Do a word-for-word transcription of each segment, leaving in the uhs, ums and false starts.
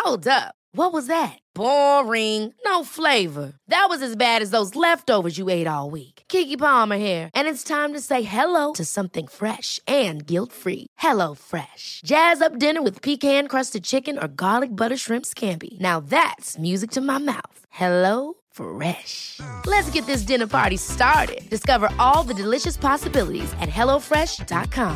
Hold up. What was that? Boring. No flavor. That was as bad as those leftovers you ate all week. Keke Palmer here, and it's time to say hello to something fresh and guilt-free. Hello Fresh. Jazz up dinner with pecan-crusted chicken or garlic butter shrimp scampi. Now that's music to my mouth. Hello Fresh. Let's get this dinner party started. Discover all the delicious possibilities at hello fresh dot com.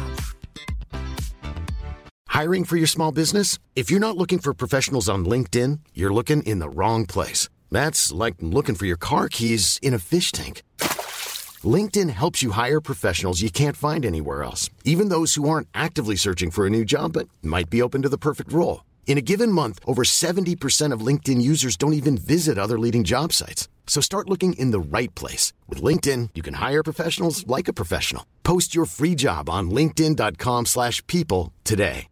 Hiring for your small business? If you're not looking for professionals on LinkedIn, you're looking in the wrong place. That's like looking for your car keys in a fish tank. LinkedIn helps you hire professionals you can't find anywhere else, even those who aren't actively searching for a new job but might be open to the perfect role. In a given month, over seventy percent of LinkedIn users don't even visit other leading job sites. So start looking in the right place. With LinkedIn, you can hire professionals like a professional. Post your free job on linkedin dot com slash people today.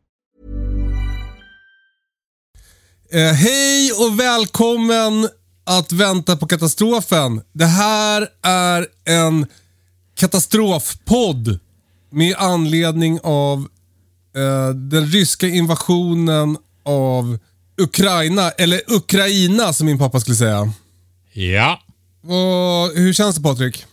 Eh, hej och välkommen att vänta på katastrofen. Det här är en katastrofpodd med anledning av eh, den ryska invasionen av Ukraina, eller Ukraina som min pappa skulle säga. Ja. Och hur känns det, Patrik?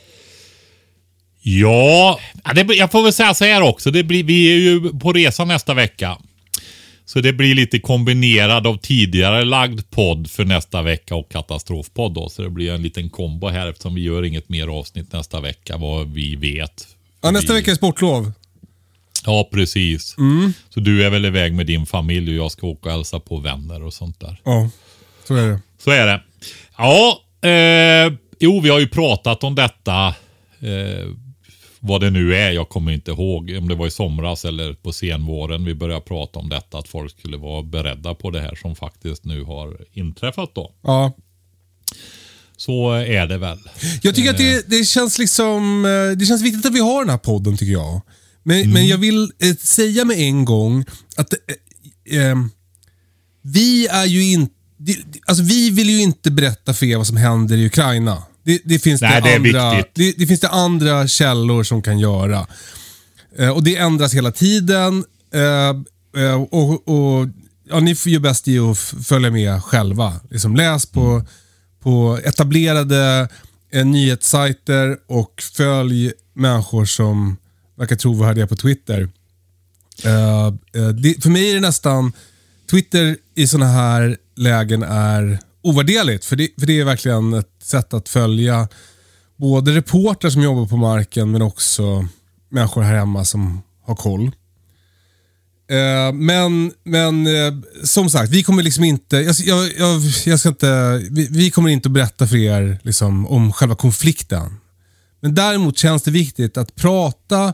Ja, det, jag får väl säga så här också. Det blir, vi är ju på resa nästa vecka. Så det blir lite kombinerad av tidigare lagd podd för nästa vecka och katastrofpodd då. Så det blir en liten kombo här eftersom vi gör inget mer avsnitt nästa vecka vad vi vet. Ja, nästa vi... vecka är sportlov. Ja, precis. Mm. Så du är väl iväg med din familj och jag ska åka och hälsa på vänner och sånt där. Ja, så är det. Så är det. Ja, eh, jo vi har ju pratat om detta eh, vad det nu är, jag kommer inte ihåg om det var i somras eller på senvåren vi började prata om detta, att folk skulle vara beredda på det här som faktiskt nu har inträffat då. Ja. Så är det väl. Jag tycker att det, det känns liksom det känns viktigt att vi har den här podden, tycker jag. Men, mm. men jag vill eh, säga med en gång att eh, eh, vi är ju inte alltså vi vill ju inte berätta för er vad som händer i Ukraina. Det, det, finns Nej, det, det, andra, det, det finns det andra källor som kan göra. Eh, och det ändras hela tiden. Eh, eh, och och ja, ni får ju bäst i att följa med själva. Liksom läs på, mm. på etablerade eh, nyhetssajter och följ människor som verkar trovärdiga på Twitter. Eh, eh, det, för mig är det nästan Twitter i såna här lägen är ovärderligt. För det, för det är verkligen ett sätt att följa både reportrar som jobbar på marken men också människor här hemma som har koll. Eh, men men eh, som sagt, vi kommer liksom inte jag, jag, jag, jag ska inte vi, vi kommer inte att berätta för er liksom, om själva konflikten. Men däremot känns det viktigt att prata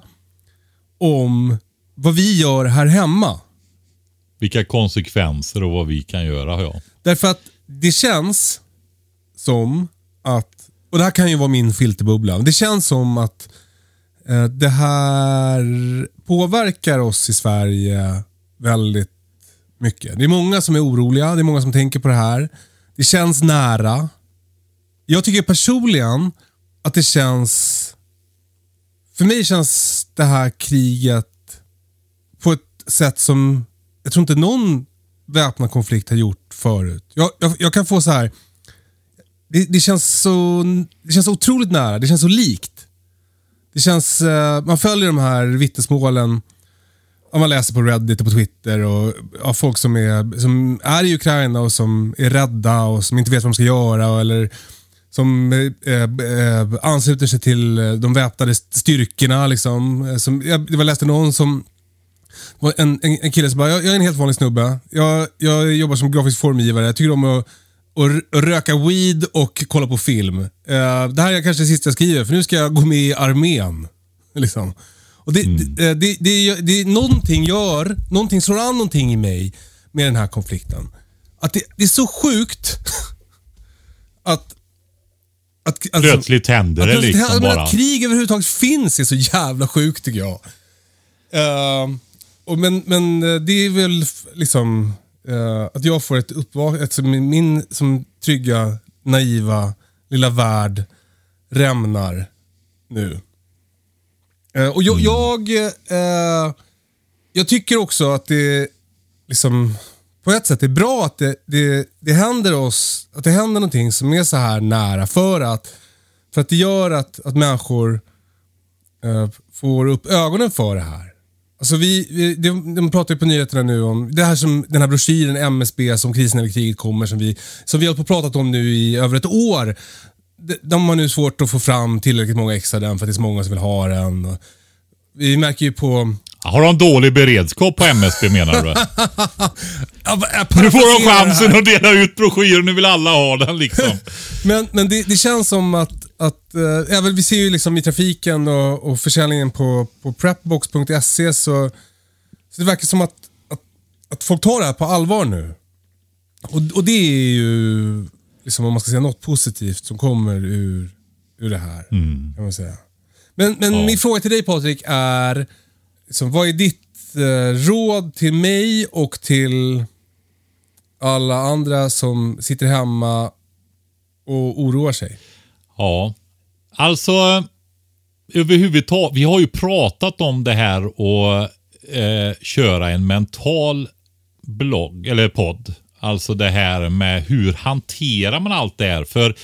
om vad vi gör här hemma. Vilka konsekvenser och vad vi kan göra, ja. Därför att det känns som att, och det här kan ju vara min filterbubbla, det känns som att eh, det här påverkar oss i Sverige väldigt mycket. Det är många som är oroliga, det är många som tänker på det här. Det känns nära. Jag tycker personligen att det känns, för mig känns det här kriget på ett sätt som jag tror inte någon väpnad konflikt har gjort förut. Jag, jag, jag kan få så här. Det, det känns så det känns så otroligt nära. Det känns så likt. Det känns uh, man följer de här vittnesmålen om man läser på Reddit och på Twitter och ja, folk som är som är i Ukraina och som är rädda och som inte vet vad de ska göra eller som eh, eh, ansluter sig till de väpnade styrkorna liksom. Som jag, jag läste någon som En, en, en kille som bara, jag, jag är en helt vanlig snubbe. Jag, jag jobbar som grafisk formgivare. Jag tycker om att, att röka weed och kolla på film. Uh, det här är kanske det sista jag skriver, för nu ska jag gå med i armén. Liksom. Och det, mm. det, det, det, det, någonting gör, någonting slår an någonting i mig med den här konflikten. Att det, det är så sjukt att att, alltså, plötsligt händer det liksom att, bara. Att krig överhuvudtaget finns är så jävla sjukt, tycker jag. Uh, Och men, men det är väl liksom uh, att jag får ett uppvaknande, min, min som trygga, naiva lilla värld rämnar nu. Uh, och jag, mm. jag, uh, jag tycker också att det liksom på ett sätt är bra att det, det, det händer oss, att det händer någonting som är så här nära, för att, för att det gör att, att människor uh, får upp ögonen för det här. Alltså vi, vi de, de pratar ju på nyheterna nu om det här, som den här broschyren M S B som krisen eller kriget kommer, som vi, som vi har på pratat om nu i över ett år. De, de har nu svårt att få fram tillräckligt många extra den för att det är så många som vill ha den. Och vi märker ju på... Har de dålig beredskap på M S B, menar du? ja, nu får de chansen att dela ut broschyren, nu vill alla ha den liksom. men men det, det känns som att, att äh, även vi ser ju liksom i trafiken och, och försäljningen på, på prepbox punkt se, så, så det verkar som att, att, att folk tar det här på allvar nu. Och, och det är ju liksom, om man ska säga något positivt som kommer ur, ur det här. Mm. Kan man säga. Men, men ja. Min fråga till dig, Patrik, är liksom, vad är ditt eh, råd till mig och till alla andra som sitter hemma och oroar sig? Ja, alltså överhuvudtaget, vi har ju pratat om det här och eh, köra en mental blogg eller podd. Alltså det här med hur hanterar man allt det här, för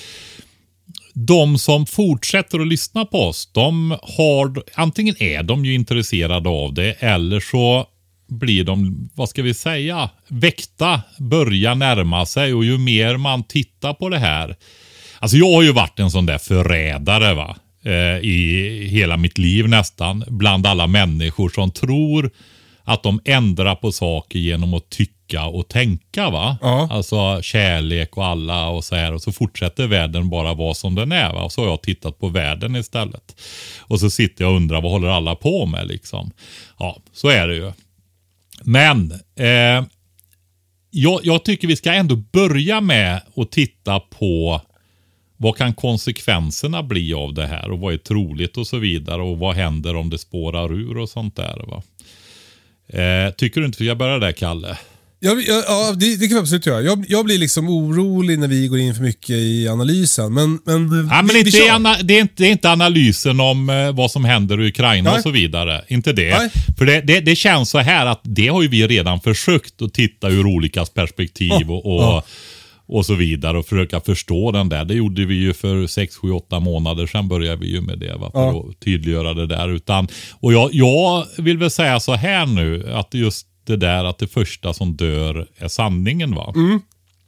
de som fortsätter att lyssna på oss, de har, antingen är de ju intresserade av det, eller så blir de, vad ska vi säga, väckta, börja närma sig, och ju mer man tittar på det här. Alltså jag har ju varit en sån där förrädare va, eh, i hela mitt liv nästan, bland alla människor som tror att de ändrar på saker genom att tycka och tänka va. Ja. Alltså kärlek och alla och så här, och så fortsätter världen bara vara som den är va. Och så har jag tittat på världen istället. Och så sitter jag och undrar, vad håller alla på med liksom. Ja, så är det ju. Men eh, jag, jag tycker vi ska ändå börja med att titta på vad kan konsekvenserna bli av det här, och vad är troligt och så vidare, och vad händer om det spårar ur och sånt där va. Eh, tycker du inte vi ska börja där, Kalle? Ja, ja det, det kan vi absolut göra. Jag, jag blir liksom orolig när vi går in för mycket i analysen. Men, men, ja, men vi, inte vi ana, det, är inte, det är inte analysen om eh, vad som händer i Ukraina. Nej. Och så vidare. Inte det. Nej. För det, det, det känns så här att det har ju vi redan försökt att titta ur olika perspektiv oh, och, och, oh. och så vidare, och försöka förstå den där. Det gjorde vi ju för sex, sju, åtta månader sedan, började vi ju med det va? För oh. att tydliggöra det där. Utan, och jag, jag vill väl säga så här nu, att just det där att det första som dör är sanningen va. Mm.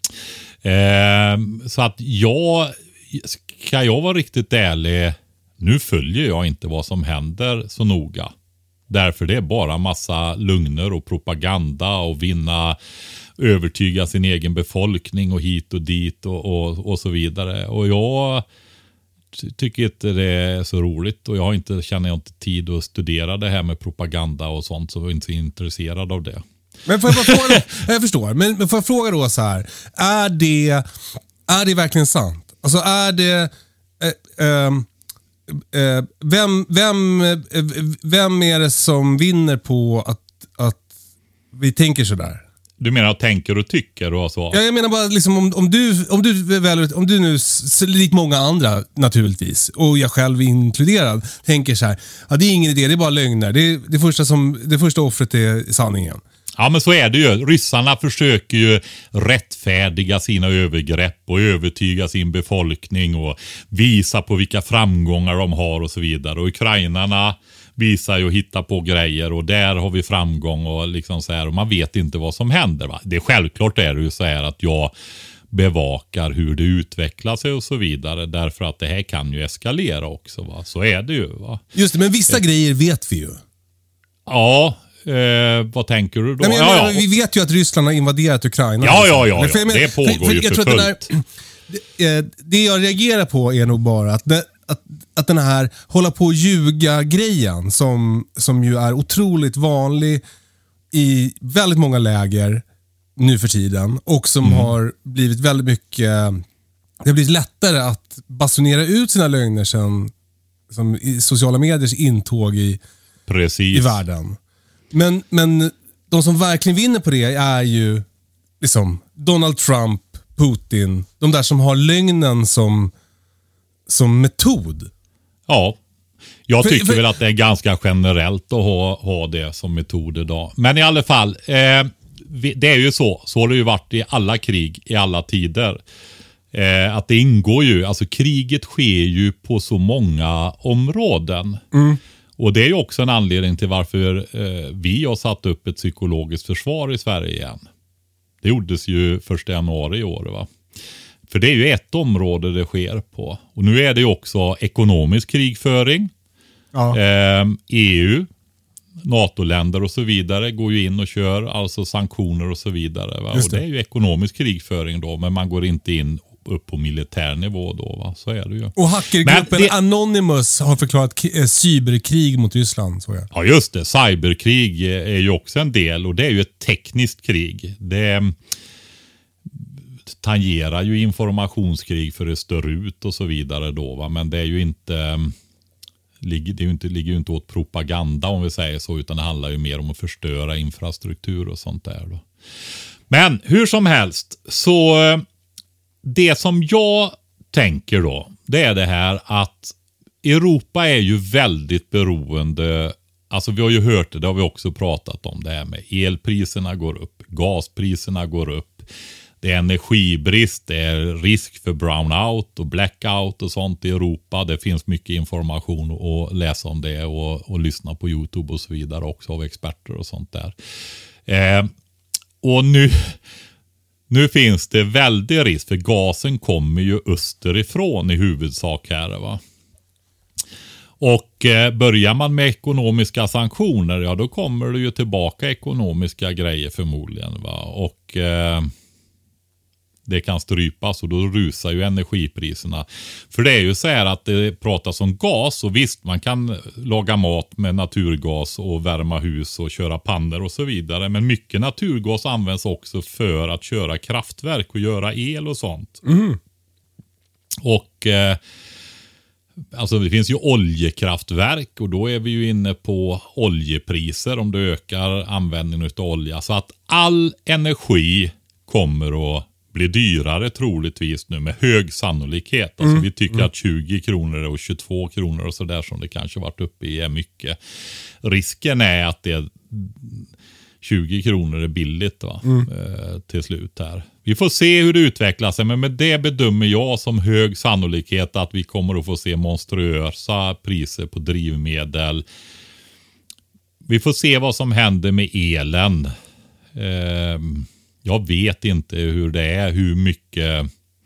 Eh, så att jag, ska jag vara riktigt ärlig, nu följer jag inte vad som händer så noga. Därför det är bara massa lögner och propaganda och vinna, övertyga sin egen befolkning och hit och dit och, och, och så vidare. Och jag tycker inte det är så roligt, och jag har inte, känner jag inte tid att studera det här med propaganda och sånt, så jag är inte så intresserad av det. Men får jag bara fråga, jag förstår, men, men får jag fråga då så här, är det, är det verkligen sant? Alltså är det äh, äh, äh, vem, vem, äh, vem är det som vinner på att, att vi tänker så där? Du menar tänker och tycker och så? Ja, jag menar bara liksom om, om du om du väl om du nu lik många andra naturligtvis, och jag själv inkluderad, tänker så här, ja det är ingen idé, det är bara lögner. Det det första som det första offret är sanningen. Ja, men så är det ju. Ryssarna försöker ju rättfärdiga sina övergrepp och övertyga sin befolkning och visa på vilka framgångar de har och så vidare. Och ukrainarna visar ju och hittar på grejer, och där har vi framgång och liksom så här, och man vet inte vad som händer va. Det är självklart är det ju så här att jag bevakar hur det utvecklar sig och så vidare, därför att det här kan ju eskalera också va. Så är det ju va. Just det, men vissa eh. grejer vet vi ju. Ja, Eh, vad tänker du då? Nej, men, ja, ja. Vi vet ju att Ryssland har invaderat Ukraina. Ja, ja, ja. ja. Men, det pågår för, för, ju för fullt. Där, det, det jag reagerar på är nog bara att, det, att, att den här hålla på och ljuga-grejen som, som ju är otroligt vanlig i väldigt många läger nu för tiden, och som mm. har blivit väldigt mycket, det har blivit lättare att basunera ut sina lögner sen som i sociala mediers intåg i, Precis. i världen. Men, men de som verkligen vinner på det är ju liksom Donald Trump, Putin, de där som har lögnen som, som metod. Ja, jag tycker för, för, väl att det är ganska generellt att ha, ha det som metod idag. Men i alla fall, eh, det är ju så. Så har det ju varit i alla krig, i alla tider. Eh, att det ingår ju, alltså kriget sker ju på så många områden. Mm. Och det är ju också en anledning till varför eh, vi har satt upp ett psykologiskt försvar i Sverige igen. Det gjordes ju första januari i år, va? För det är ju ett område det sker på. Och nu är det ju också ekonomisk krigföring. Ja. Eh, E U, NATO-länder och så vidare går ju in och kör alltså sanktioner och så vidare. Va? Det. Och det är ju ekonomisk krigföring då, men man går inte in upp på militär nivå då, va? Så är det ju. Och hackergruppen det... Anonymous har förklarat k- cyberkrig mot Ryssland, så jag. Ja, just det. Cyberkrig är ju också en del, och det är ju ett tekniskt krig. Det tangerar ju informationskrig för det stör ut och så vidare då, va? Men det är ju inte ligger, det är ju inte, ligger ju inte åt propaganda om vi säger så, utan det handlar ju mer om att förstöra infrastruktur och sånt där då. Men hur som helst, så det som jag tänker då, det är det här att Europa är ju väldigt beroende, alltså vi har ju hört det, det har vi också pratat om, det här med elpriserna går upp, gaspriserna går upp, det är energibrist, det är risk för brownout och blackout och sånt i Europa. Det finns mycket information att läsa om det och, och lyssna på YouTube och så vidare också av experter och sånt där. Eh, och nu, nu finns det väldigt risk, för gasen kommer ju österifrån i huvudsak här, va? Och eh, börjar man med ekonomiska sanktioner, ja då kommer det ju tillbaka ekonomiska grejer förmodligen, va? Och eh, det kan strypas och då rusar ju energipriserna. För det är ju så här att det pratas om gas, och visst man kan laga mat med naturgas och värma hus och köra pannor och så vidare. Men mycket naturgas används också för att köra kraftverk och göra el och sånt. Mm. Och eh, alltså det finns ju oljekraftverk, och då är vi ju inne på oljepriser om det ökar användningen av olja. Så att all energi kommer att blir dyrare troligtvis nu med hög sannolikhet. Alltså mm. vi tycker mm. att tjugo kronor och tjugotvå kronor och sådär som det kanske varit uppe i är mycket. Risken är att det tjugo kronor är billigt, va? Mm. Eh, till slut här. Vi får se hur det utvecklar sig, men med det bedömer jag som hög sannolikhet att vi kommer att få se monstruösa priser på drivmedel. Vi får se vad som händer med elen. Eh, Jag vet inte hur det är, hur mycket,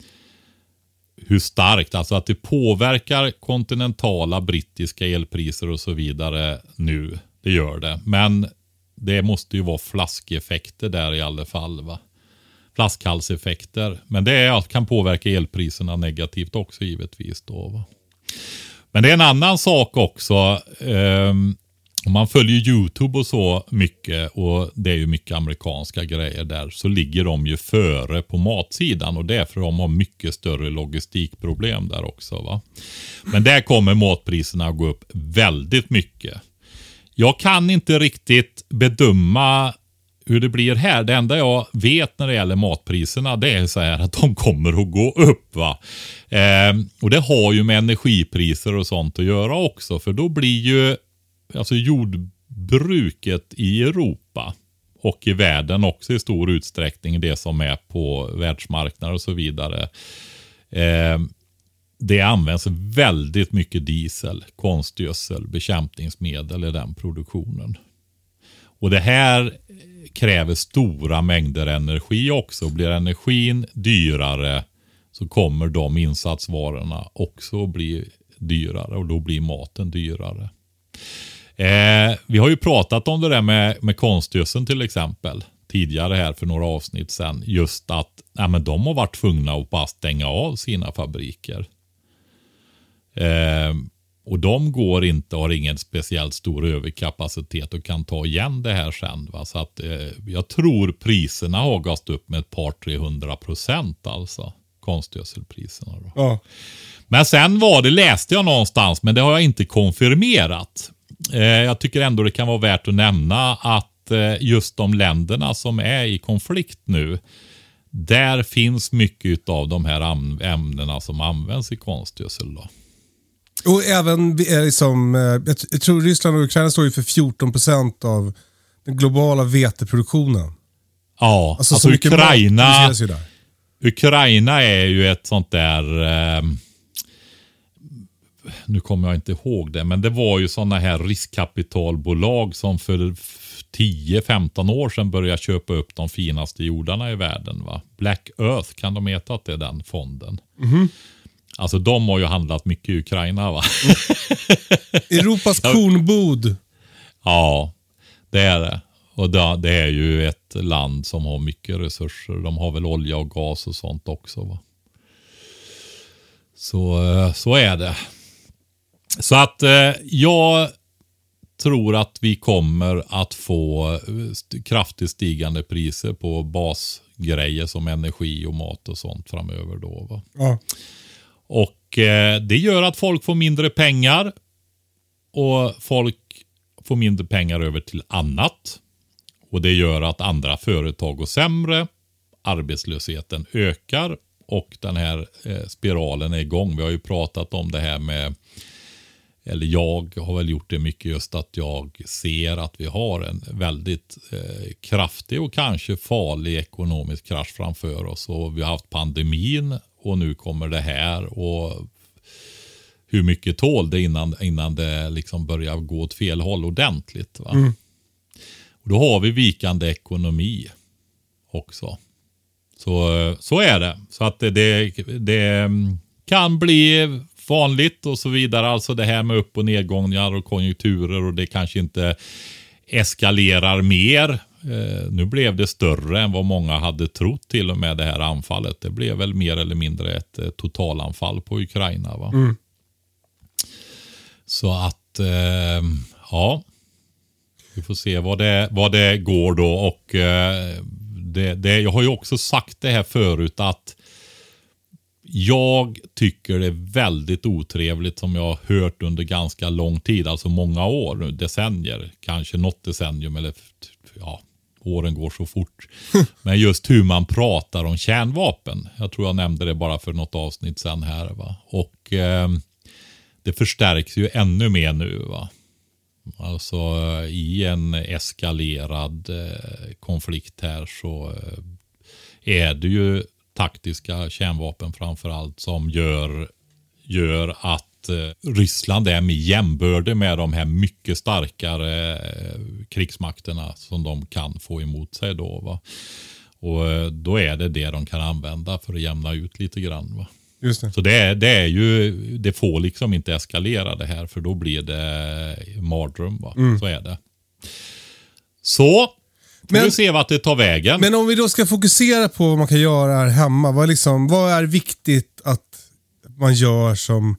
hur starkt, alltså att det påverkar kontinentala brittiska elpriser och så vidare nu, det gör det. Men det måste ju vara flaskeffekter där i alla fall, va? Flaskhalseffekter. Men det är, kan påverka elpriserna negativt också givetvis då, va? Men det är en annan sak också. Um, Om man följer YouTube och så mycket, och det är ju mycket amerikanska grejer där, så ligger de ju före på matsidan, och det är för de har mycket större logistikproblem där också, va? Men där kommer matpriserna att gå upp väldigt mycket. Jag kan inte riktigt bedöma hur det blir här. Det enda jag vet när det gäller matpriserna, det är så här att de kommer att gå upp, va? Eh, och det har ju med energipriser och sånt att göra också, för då blir ju alltså jordbruket i Europa och i världen också i stor utsträckning det som är på världsmarknaden och så vidare. Eh, det används väldigt mycket diesel, konstgödsel, bekämpningsmedel i den produktionen. Och det här kräver stora mängder energi också. Blir energin dyrare så kommer de insatsvarorna också bli dyrare, och då blir maten dyrare. Eh, vi har ju pratat om det där med, med konstgödseln till exempel tidigare här för några avsnitt sedan. Just att ja, men de har varit tvungna att bara stänga av sina fabriker. Eh, och de går inte, har ingen speciellt stor överkapacitet och kan ta igen det här sen. Va? Så att eh, jag tror priserna har gått upp med ett par trehundra procent, alltså konstgödselpriserna då. Ja. Men sen var det, läste jag någonstans, men det har jag inte konfirmerat. Eh, jag tycker ändå det kan vara värt att nämna att eh, just de länderna som är i konflikt nu, där finns mycket av de här ämnena som används i konstgödsel då. Och även liksom, jag tror Ryssland och Ukraina står ju för fjorton procent av den globala veteproduktionen. Ja, Alltså, alltså så mycket Ukraina, mat produceras ju där. Ukraina är ju ett sånt där... Eh, nu kommer jag inte ihåg det, men det var ju såna här riskkapitalbolag som för tio femton år sedan började köpa upp de finaste jordarna i världen. Va? Black Earth, kan de heta att det är den fonden? Mm-hmm. Alltså de har ju handlat mycket i Ukraina, va? Europas kornbod. Ja, det är det. Och det är ju ett land som har mycket resurser. De har väl olja och gas och sånt också, va? Så, så är det. Så att eh, jag tror att vi kommer att få st- kraftigt stigande priser på basgrejer som energi och mat och sånt framöver då, va? Ja. Och eh, det gör att folk får mindre pengar och folk får mindre pengar över till annat. Och det gör att andra företag går sämre, arbetslösheten ökar och den här eh, spiralen är igång. Vi har ju pratat om det här med, eller jag har väl gjort det mycket, just att jag ser att vi har en väldigt eh, kraftig och kanske farlig ekonomisk krasch framför oss. Och vi har haft pandemin och nu kommer det här, och hur mycket tål det innan, innan det liksom börjar gå åt fel håll ordentligt, va? Mm. Och då har vi vikande ekonomi också. Så, så är det. Så att det, det, det kan bli vanligt och så vidare. Alltså det här med upp- och nedgångar och konjunkturer, och det kanske inte eskalerar mer. Eh, nu blev det större än vad många hade trott till och med det här anfallet. Det blev väl mer eller mindre ett eh, totalanfall på Ukraina, va? Mm. Så att, eh, ja... Vi får se vad det, vad det går då. Och eh, det, det, jag har ju också sagt det här förut, att jag tycker det är väldigt otrevligt, som jag har hört under ganska lång tid, alltså många år, decennier, kanske något decennium, eller ja, åren går så fort. Men just hur man pratar om kärnvapen. Jag tror jag nämnde det bara för något avsnitt sedan här, va? Och eh, det förstärks ju ännu mer nu, va? Alltså i en eskalerad eh, konflikt här så eh, är det ju taktiska kärnvapen framförallt som gör, gör att eh, Ryssland är med jämbörde med de här mycket starkare eh, krigsmakterna som de kan få emot sig då, va? Och eh, då är det det de kan använda för att jämna ut lite grann, va? Just det. Så det är, det är ju, det får liksom inte eskalera det här, för då blir det mardröm, va? Mm. Så är det. Så, men, vi se vart det tar vägen. Men om vi då ska fokusera på vad man kan göra här hemma, vad, liksom, vad är viktigt att man gör som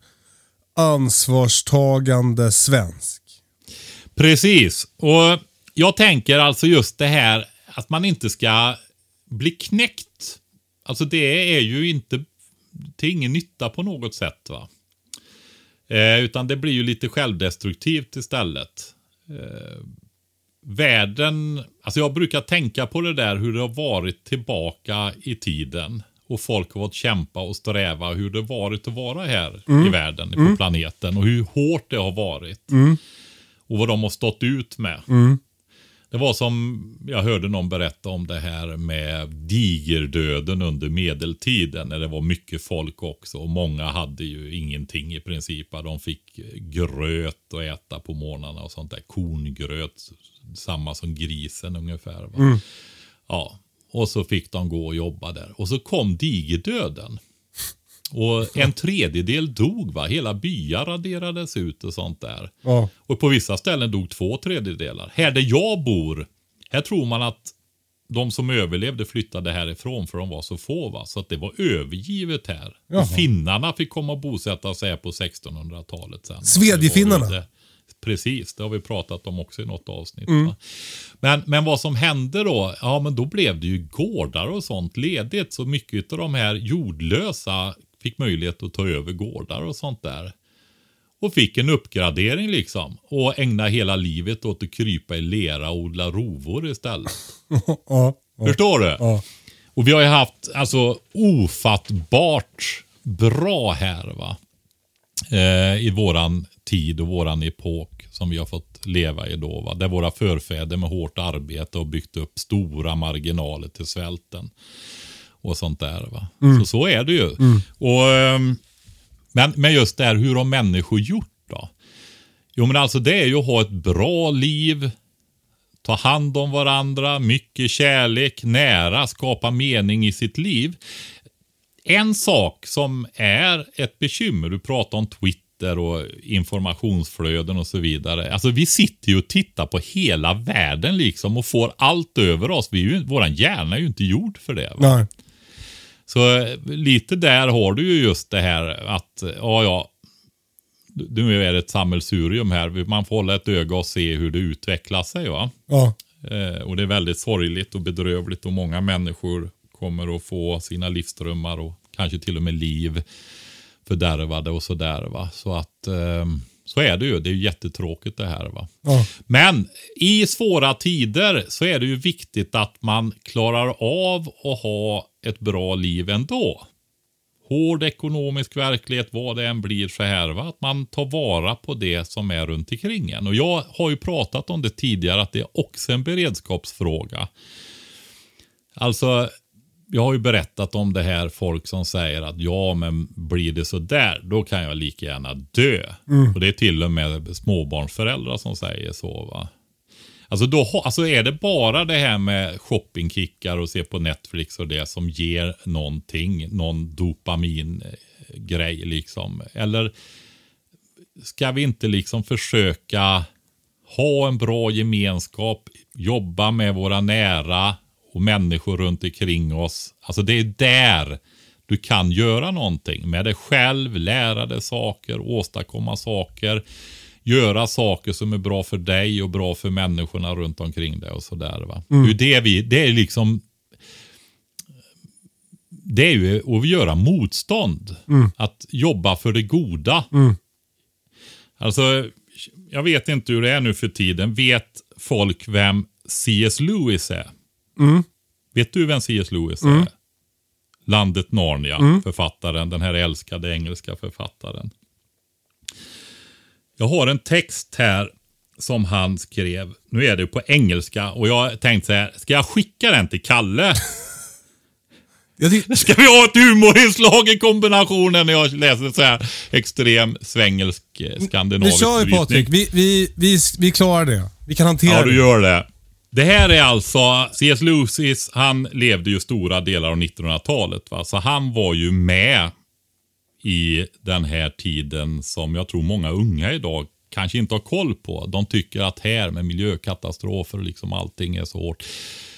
ansvarstagande svensk? Precis, och jag tänker alltså just det här att man inte ska bli knäckt. Alltså det är ju inte till ingen nytta på något sätt, va? Eh, utan det blir ju lite självdestruktivt istället. Eh, världen, alltså jag brukar tänka på det där, hur det har varit tillbaka i tiden. Och folk har fått kämpa och sträva, hur det har varit att vara här mm. i världen, mm. på planeten. Och hur hårt det har varit. Mm. Och vad de har stått ut med. Mm. Det var som jag hörde någon berätta om det här med digerdöden under medeltiden, när det var mycket folk också. Och många hade ju ingenting i princip. De fick gröt att äta på morgnarna och sånt där. Korngröt, samma som grisen ungefär, va? Mm. Ja, och så fick de gå och jobba där. Och så kom digerdöden. Och en tredjedel dog, va? Hela byar raderades ut och sånt där. Ja. Och på vissa ställen dog två tredjedelar. Här där jag bor, här tror man att de som överlevde flyttade härifrån för de var så få, va? Så att det var övergivet här. Jaha. Och finnarna fick komma och bosätta sig här på sextonhundratalet sen. Svedjefinnarna? Precis, det har vi pratat om också i något avsnitt. Mm. Men, men vad som hände då, ja men då blev det ju gårdar och sånt ledigt. Så mycket av de här jordlösa fick möjlighet att ta över gårdar och sånt där. Och fick en uppgradering liksom. Och ägna hela livet åt att krypa i lera och odla rovor istället. Ja, ja, förstår du? Ja. Och vi har ju haft alltså ofattbart bra här, va? Eh, I våran tid och våran epok som vi har fått att leva i då. Va? Där våra förfäder med hårt arbete har byggt upp stora marginaler till svälten. Och sånt där. Va? Mm. Så så är det ju. Mm. Och, men, men just där, hur har människor gjort då? Jo men alltså det är ju att ha ett bra liv. Ta hand om varandra, mycket kärlek, nära, skapa mening i sitt liv. En sak som är ett bekymmer, du pratar om Twitter och informationsflöden och så vidare. Alltså vi sitter ju och tittar på hela världen liksom och får allt över oss. Vi är ju, våran hjärna är ju inte gjord för det. Va? Nej. Så lite där har du ju just det här att, ja ja, nu är det ett sammelsurium här. Man får hålla ett öga och se hur det utvecklar sig va. Ja. Eh, och det är väldigt sorgligt och bedrövligt och många människor kommer att få sina livsdrömmar och kanske till och med liv fördärvade och sådär va. Så att eh, så är det ju. Det är ju jättetråkigt det här va. Ja. Men i svåra tider så är det ju viktigt att man klarar av att ha ett bra liv ändå. Hård ekonomisk verklighet, vad det än blir så här va. Att man tar vara på det som är runt omkring en. Och jag har ju pratat om det tidigare att det är också en beredskapsfråga. Alltså, jag har ju berättat om det här folk som säger att ja men blir det så där då kan jag lika gärna dö. Mm. Och det är till och med småbarnsföräldrar som säger så va. Alltså, då, alltså är det bara det här med shoppingkickar och se på Netflix och det som ger någonting, någon dopamingrej liksom. Eller ska vi inte liksom försöka ha en bra gemenskap, jobba med våra nära och människor runt omkring oss. Alltså det är där du kan göra någonting med dig själv, lära dig saker, åstadkomma saker. Göra saker som är bra för dig och bra för människorna runt omkring dig och sådär va. Mm. Det är vi, det är liksom det är ju att göra motstånd. Mm. Att jobba för det goda. Mm. Alltså jag vet inte hur det är nu för tiden. Vet folk vem C S Lewis är? Mm. Vet du vem C S Lewis är? Mm. Landet Narnia, mm. författaren, den här älskade engelska författaren. Jag har en text här som han skrev. Nu är det på engelska och jag tänkte så här, ska jag skicka den till Kalle? Ska vi ha ett humorinslag i kombinationen när jag läser så här extrem svengelsk skandinavisk Vi kör ju Patrik, vi, vi, vi, vi klarar det. Vi kan hantera det. Ja, du gör det. Det här är alltså, C S Lewis, han levde ju stora delar av nittonhundratalet va? Så han var ju med i den här tiden som jag tror många unga idag kanske inte har koll på. De tycker att här med miljökatastrofer och liksom allting är så hårt.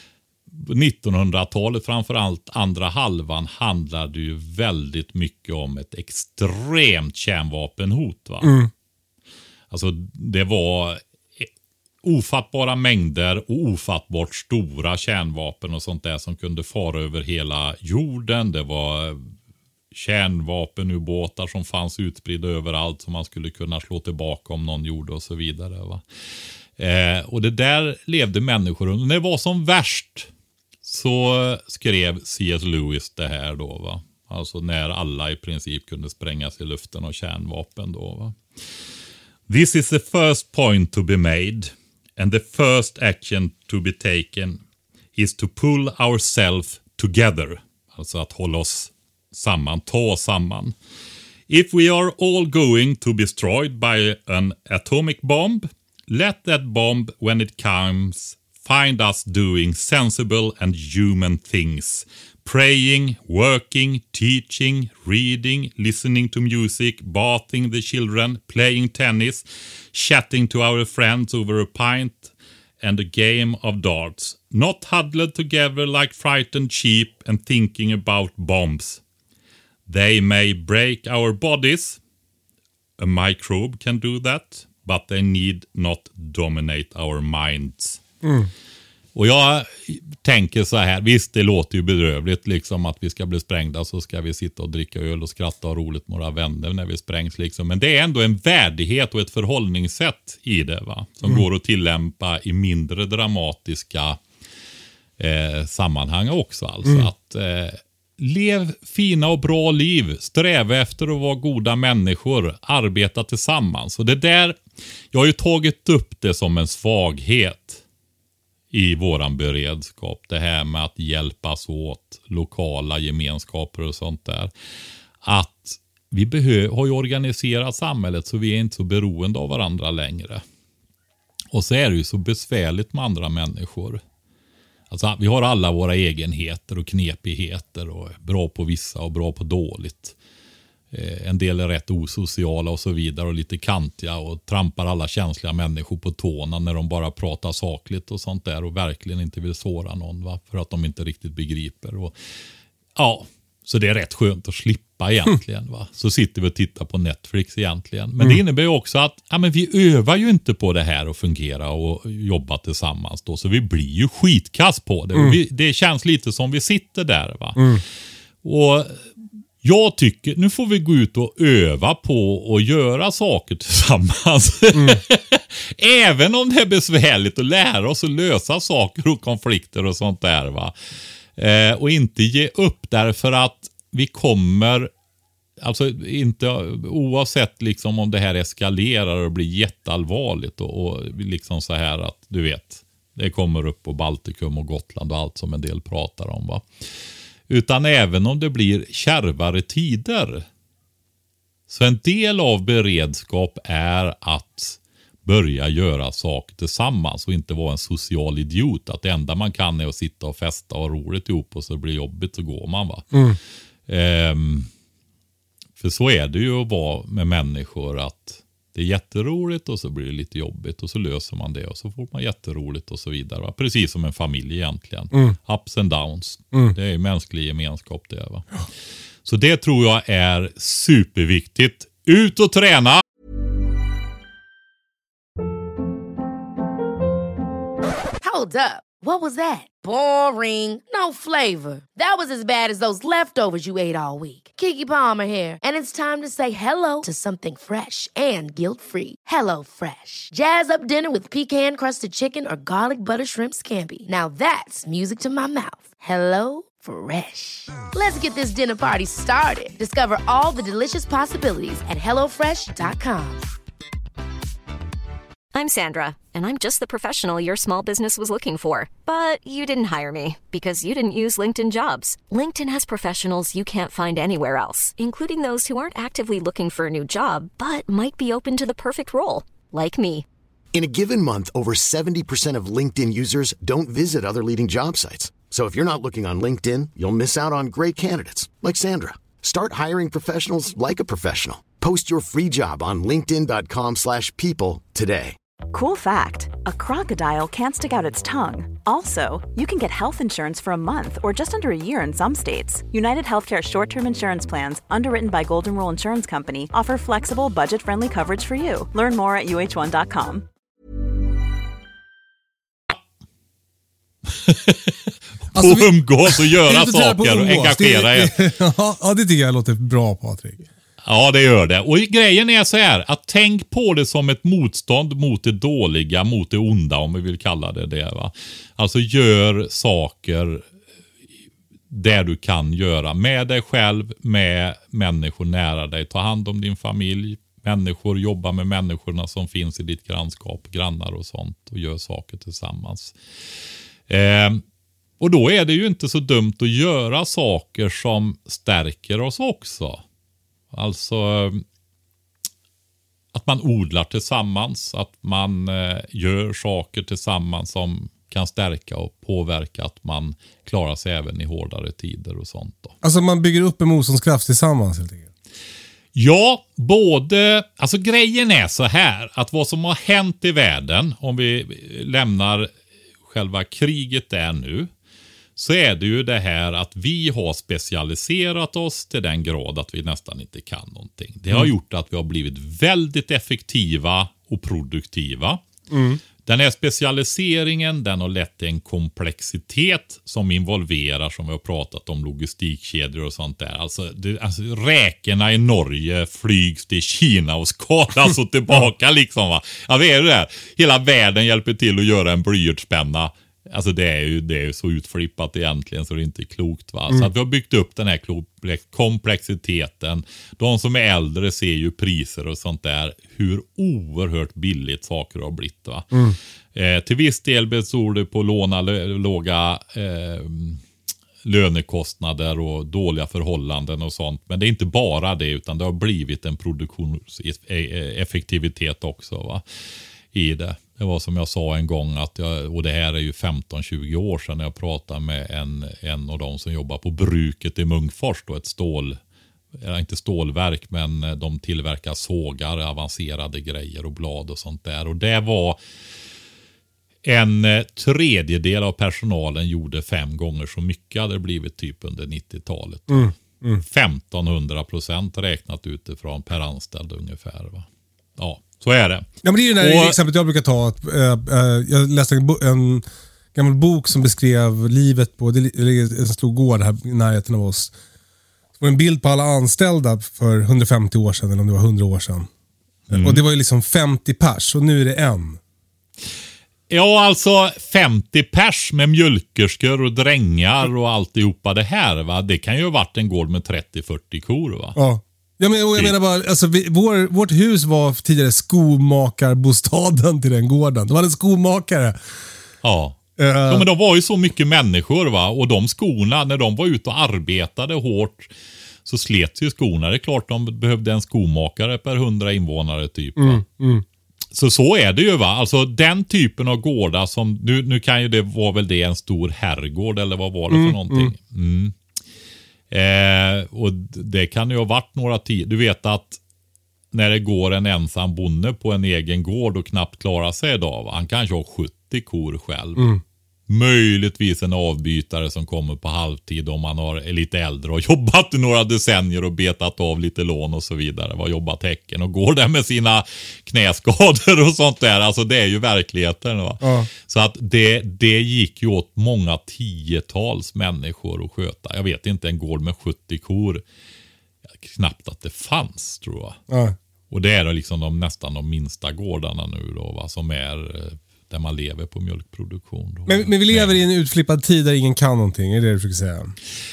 nittonhundratalet, framförallt andra halvan, handlade ju väldigt mycket om ett extremt kärnvapenhot va. Mm. Alltså det var ofattbara mängder och ofattbart stora kärnvapen och sånt där som kunde fara över hela jorden. Det var kärnvapenubåtar som fanns utspridda överallt som man skulle kunna slå tillbaka om någon gjorde och så vidare va. Eh, och det där levde människor under. När det var som värst så skrev C S Lewis det här då va. Alltså när alla i princip kunde sprängas i luften av kärnvapen då va. This is the first point to be made and the first action to be taken is to pull ourselves together. Alltså att hålla oss samman, ta samman. If we are all going to be destroyed by an atomic bomb, let that bomb when it comes find us doing sensible and human things. Praying, working, teaching, reading, listening to music, bathing the children, playing tennis, chatting to our friends over a pint and a game of darts. Not huddled together like frightened sheep and thinking about bombs. They may break our bodies. A microbe can do that, but they need not dominate our minds. Mm. Och jag tänker så här, visst det låter ju bedrövligt liksom att vi ska bli sprängda så ska vi sitta och dricka öl och skratta och roligt med våra vänner när vi sprängs liksom. Men det är ändå en värdighet och ett förhållningssätt i det va, som mm. går att tillämpa i mindre dramatiska eh, sammanhang också alltså. Mm. Att eh, lev fina och bra liv, sträva efter att vara goda människor, arbeta tillsammans. Och det där Jag har ju tagit upp det som en svaghet i våran beredskap. Det här med att hjälpas åt, lokala gemenskaper och sånt där. Att vi behö- har ju organiserat samhället så vi är inte så beroende av varandra längre. Och så är det ju så besvärligt med andra människor. Alltså, vi har alla våra egenheter och knepigheter och är bra på vissa och bra på dåligt. Eh, en del är rätt osociala och så vidare och lite kantiga och trampar alla känsliga människor på tårna när de bara pratar sakligt och sånt där och verkligen inte vill såra någon, va? För att de inte riktigt begriper. Och, ja, så det är rätt skönt att slippa egentligen, va? Så sitter vi och tittar på Netflix egentligen. Men mm. det innebär ju också att ja, men vi övar ju inte på det här att fungera och jobba tillsammans då. Så vi blir ju skitkass på det. Mm. Vi, det känns lite som vi sitter där, va? Mm. Och jag tycker, nu får vi gå ut och öva på att göra saker tillsammans. Mm. Även om det är besvärligt att lära oss att lösa saker och konflikter och sånt där, va? Eh, och inte ge upp därför att vi kommer, alltså inte oavsett liksom om det här eskalerar och blir jätteallvarligt och, och liksom så här att du vet, det kommer upp på Baltikum och Gotland och allt som en del pratar om, va? Utan även om det blir kärvare tider. Så en del av beredskap är att börja göra saker tillsammans och inte vara en social idiot. Att det enda man kan är att sitta och festa och ha roligt ihop och så blir det jobbigt så går man, va. Mm. Ehm, för så är det ju att vara med människor att det är jätteroligt och så blir det lite jobbigt och så löser man det och så får man jätteroligt och så vidare, va? Precis som en familj egentligen. Mm. Ups and downs. Mm. Det är ju mänsklig gemenskap det, va. Så det tror jag är superviktigt. Ut och träna! Hold up. What was that? Boring. No flavor. That was as bad as those leftovers you ate all week. Keke Palmer here, and it's time to say hello to something fresh and guilt-free. Hello Fresh. Jazz up dinner with pecan-crusted chicken or garlic butter shrimp scampi. Now that's music to my mouth. Hello Fresh. Let's get this dinner party started. Discover all the delicious possibilities at hello fresh dot com. I'm Sandra, and I'm just the professional your small business was looking for. But you didn't hire me because you didn't use LinkedIn Jobs. LinkedIn has professionals you can't find anywhere else, including those who aren't actively looking for a new job, but might be open to the perfect role, like me. In a given month, over seventy percent of LinkedIn users don't visit other leading job sites. So if you're not looking on LinkedIn, you'll miss out on great candidates, like Sandra. Start hiring professionals like a professional. Post your free job on linkedin dot com slash people today. Cool fact, a crocodile can't stick out its tongue. Also, you can get health insurance for a month or just under a year in some states. United Healthcare short-term insurance plans, underwritten by Golden Rule Insurance Company, offer flexible, budget-friendly coverage for you. Learn more at u h one dot com. Alltså, vi umgås och göra saker och engagera er. Ja, det tycker jag låter bra, Patrik. Ja, det gör det. Och grejen är så här, att tänk på det som ett motstånd mot det dåliga, mot det onda, om vi vill kalla det det, va. Alltså gör saker där du kan göra. Med dig själv, med människor nära dig. Ta hand om din familj, människor, jobba med människorna som finns i ditt grannskap, grannar och sånt. Och gör saker tillsammans. Eh, och då är det ju inte så dumt att göra saker som stärker oss också. Alltså att man odlar tillsammans, att man eh, gör saker tillsammans som kan stärka och påverka att man klarar sig även i hårdare tider och sånt då. Alltså man bygger upp en motståndskraft tillsammans helt enkelt. Ja, både, alltså grejen är så här att vad som har hänt i världen, om vi lämnar själva kriget där nu, så är det ju det här att vi har specialiserat oss till den grad att vi nästan inte kan någonting. Det har mm. gjort att vi har blivit väldigt effektiva och produktiva. Mm. Den här specialiseringen, den har lett till en komplexitet som involverar, som vi har pratat om, logistikkedjor och sånt där. Alltså, det, alltså räkorna i Norge flygs till Kina och skalas och tillbaka liksom, va. Ja, det är det där. Hela världen hjälper till att göra en blyertspenna Alltså det är ju, det är ju så utflippat egentligen så det är inte klokt va. Mm. Så att vi har byggt upp den här komplexiteten. De som är äldre ser ju priser och sånt där. Hur oerhört billigt saker har blivit va. Mm. Eh, till viss del beror det på låna, låga eh, lönekostnader och dåliga förhållanden och sånt. Men det är inte bara det utan det har blivit en produktionseffektivitet också va. I det. Det var som jag sa en gång att jag, och det här är ju femton tjugo år sedan när jag pratade med en, en av de som jobbar på bruket i Munkfors då, ett stål, inte stålverk men de tillverkar sågar, avancerade grejer och blad och sånt där och det var en tredjedel av personalen gjorde fem gånger så mycket hade det blivit typ under nittiotalet. Mm, mm. femtonhundra procent räknat utifrån per anställd ungefär va. Ja. Så är det. Ja, men det är ju det här exemplet jag brukar ta. Att, äh, äh, jag läste en, bo- en gammal bok som beskrev livet på det ligger en stor gård här i närheten av oss. Det var en bild på alla anställda för hundrafemtio år sedan eller om det var hundra år sedan. Mm. Och det var ju liksom femtio pers och nu är det en. Ja, alltså femtio pers med mjölkerskor och drängar och alltihopa det här va. Det kan ju ha varit en gård med trettio fyrtio kor va. Ja. Ja, men, jag menar bara, alltså, vi, vår, vårt hus var tidigare skomakarbostaden till den gården. De hade en skomakare. Ja. Uh, ja, men de var ju så mycket människor va. Och de skorna, när de var ute och arbetade hårt så slet ju skorna. Det är klart de behövde en skomakare per hundra invånare typ va. Mm, mm. Så så är det ju va. Alltså den typen av gårdar som, nu, nu kan ju det vara väl det en stor herrgård eller vad var det för mm, någonting. Mm. Mm. Eh, och det kan ju ha varit några tider. Du vet att när det går en ensam bonde på en egen gård och knappt klarar sig idag va? Han kanske har sjuttio kor själv. Mm. Möjligtvis en avbytare som kommer på halvtid om man har, är lite äldre och jobbat i några decennier och betat av lite lån och så vidare. Var jobbat häcken och går där med sina knäskador och sånt där. Alltså det är ju verkligheten va. Ja. Så att det, det gick ju åt många tiotals människor att sköta. Jag vet inte, en gård med sjuttio kor. Knappt att det fanns tror jag. Ja. Och det är liksom de, nästan de minsta gårdarna nu då va, som är där man lever på mjölkproduktion. Då. Men, men vi lever i en utflippad tid där ingen kan någonting, är det det du försöker säga?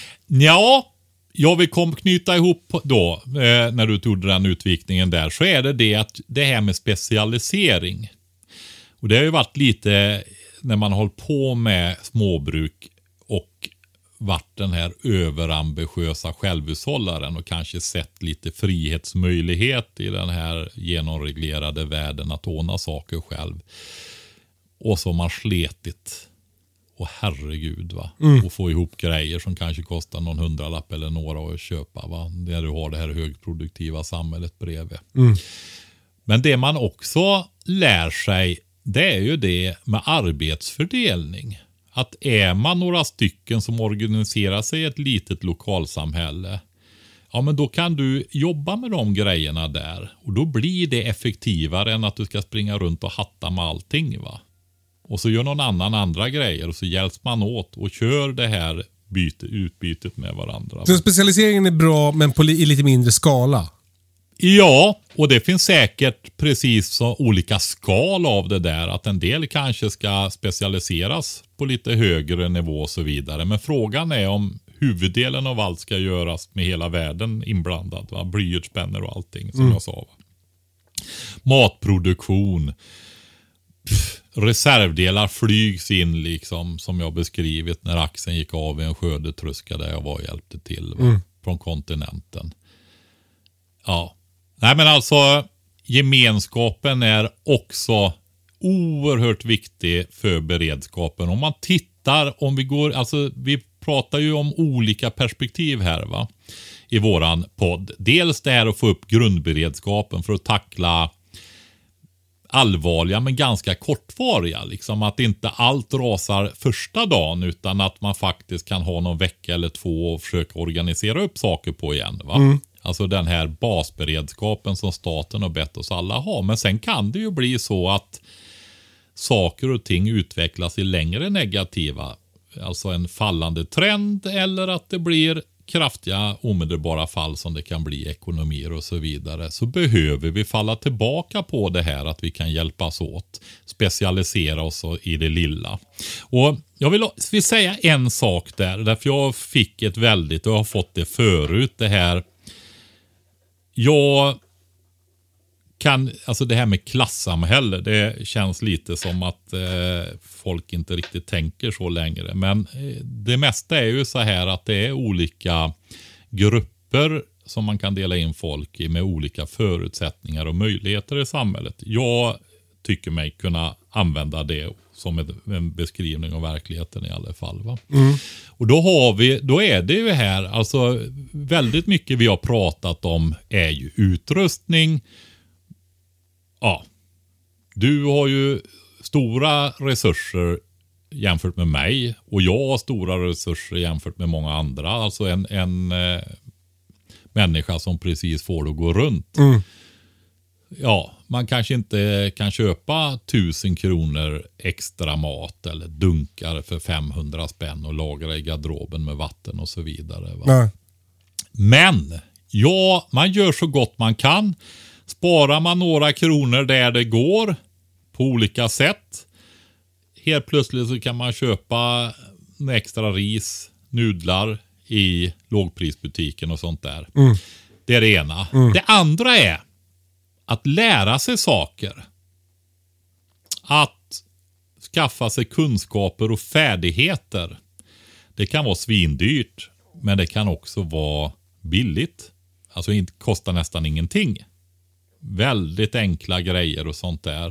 Ja, jag vill kom knyta ihop då, eh, när du tog den utvikningen där, så är det det att det här med specialisering. Och det har ju varit lite, när man har hållit på med småbruk och varit den här överambitiösa självhushållaren och kanske sett lite frihetsmöjlighet i den här genomreglerade världen att ordna saker själv. Och så har man sletit. Och herregud va. Mm. Och få ihop grejer som kanske kostar någon hundralapp eller några att köpa va. Där du har det här högproduktiva samhället bredvid. Mm. Men det man också lär sig, det är ju det med arbetsfördelning. Att är man några stycken som organiserar sig i ett litet lokalsamhälle, ja men då kan du jobba med de grejerna där. Och då blir det effektivare än att du ska springa runt och hatta med allting va. Och så gör någon annan andra grejer och så hjälps man åt och kör det här byte, utbytet med varandra. Så specialiseringen är bra men på li- i lite mindre skala? Ja, och det finns säkert precis så olika skal av det där. Att en del kanske ska specialiseras på lite högre nivå och så vidare. Men frågan är om huvuddelen av allt ska göras med hela världen inblandad. Va? Blyertsspänner och allting som mm. jag sa. Va? Matproduktion. Pff, reservdelar flygs in liksom som jag beskrivit när axeln gick av i en skördetröska där jag var och hjälpte till va? Mm. Från kontinenten. Ja. Nej men alltså gemenskapen är också oerhört viktig för beredskapen. Om man tittar, om vi går, alltså vi pratar ju om olika perspektiv här va, i våran podd. Dels det här att få upp grundberedskapen för att tackla allvarliga men ganska kortvariga. Liksom att inte allt rasar första dagen utan att man faktiskt kan ha någon vecka eller två och försöka organisera upp saker på igen va. Mm. Alltså den här basberedskapen som staten har bett oss alla ha. Men sen kan det ju bli så att saker och ting utvecklas i längre negativa. Alltså en fallande trend eller att det blir kraftiga omedelbara fall som det kan bli i ekonomier och så vidare, så behöver vi falla tillbaka på det här att vi kan hjälpas åt, specialisera oss i det lilla. Och jag vill, vill säga en sak där, därför jag fick ett väldigt, och jag har fått det förut, det här, jag kan, alltså det här med klassamhälle, det känns lite som att eh, folk inte riktigt tänker så längre. Men eh, det mesta är ju så här att det är olika grupper som man kan dela in folk i med olika förutsättningar och möjligheter i samhället. Jag tycker mig kunna använda det som ett, en beskrivning av verkligheten i alla fall. Va? Mm. Och då har vi, då är det ju här, alltså väldigt mycket vi har pratat om är ju utrustning. Ja, du har ju stora resurser jämfört med mig, och jag har stora resurser jämfört med många andra. Alltså en, en eh, människa som precis får det att gå runt. Mm. Ja, man kanske inte kan köpa tusen kronor extra mat eller dunkar för femhundra spänn och lagra i garderoben med vatten och så vidare. Va? Nej. Men ja, man gör så gott man kan. Sparar man några kronor där det går på olika sätt, helt plötsligt så kan man köpa extra ris, nudlar i lågprisbutiken och sånt där. Mm. Det är det ena. Mm. Det andra är att lära sig saker. Att skaffa sig kunskaper och färdigheter. Det kan vara svindyrt, men det kan också vara billigt. Alltså inte kosta nästan ingenting. Väldigt enkla grejer och sånt där.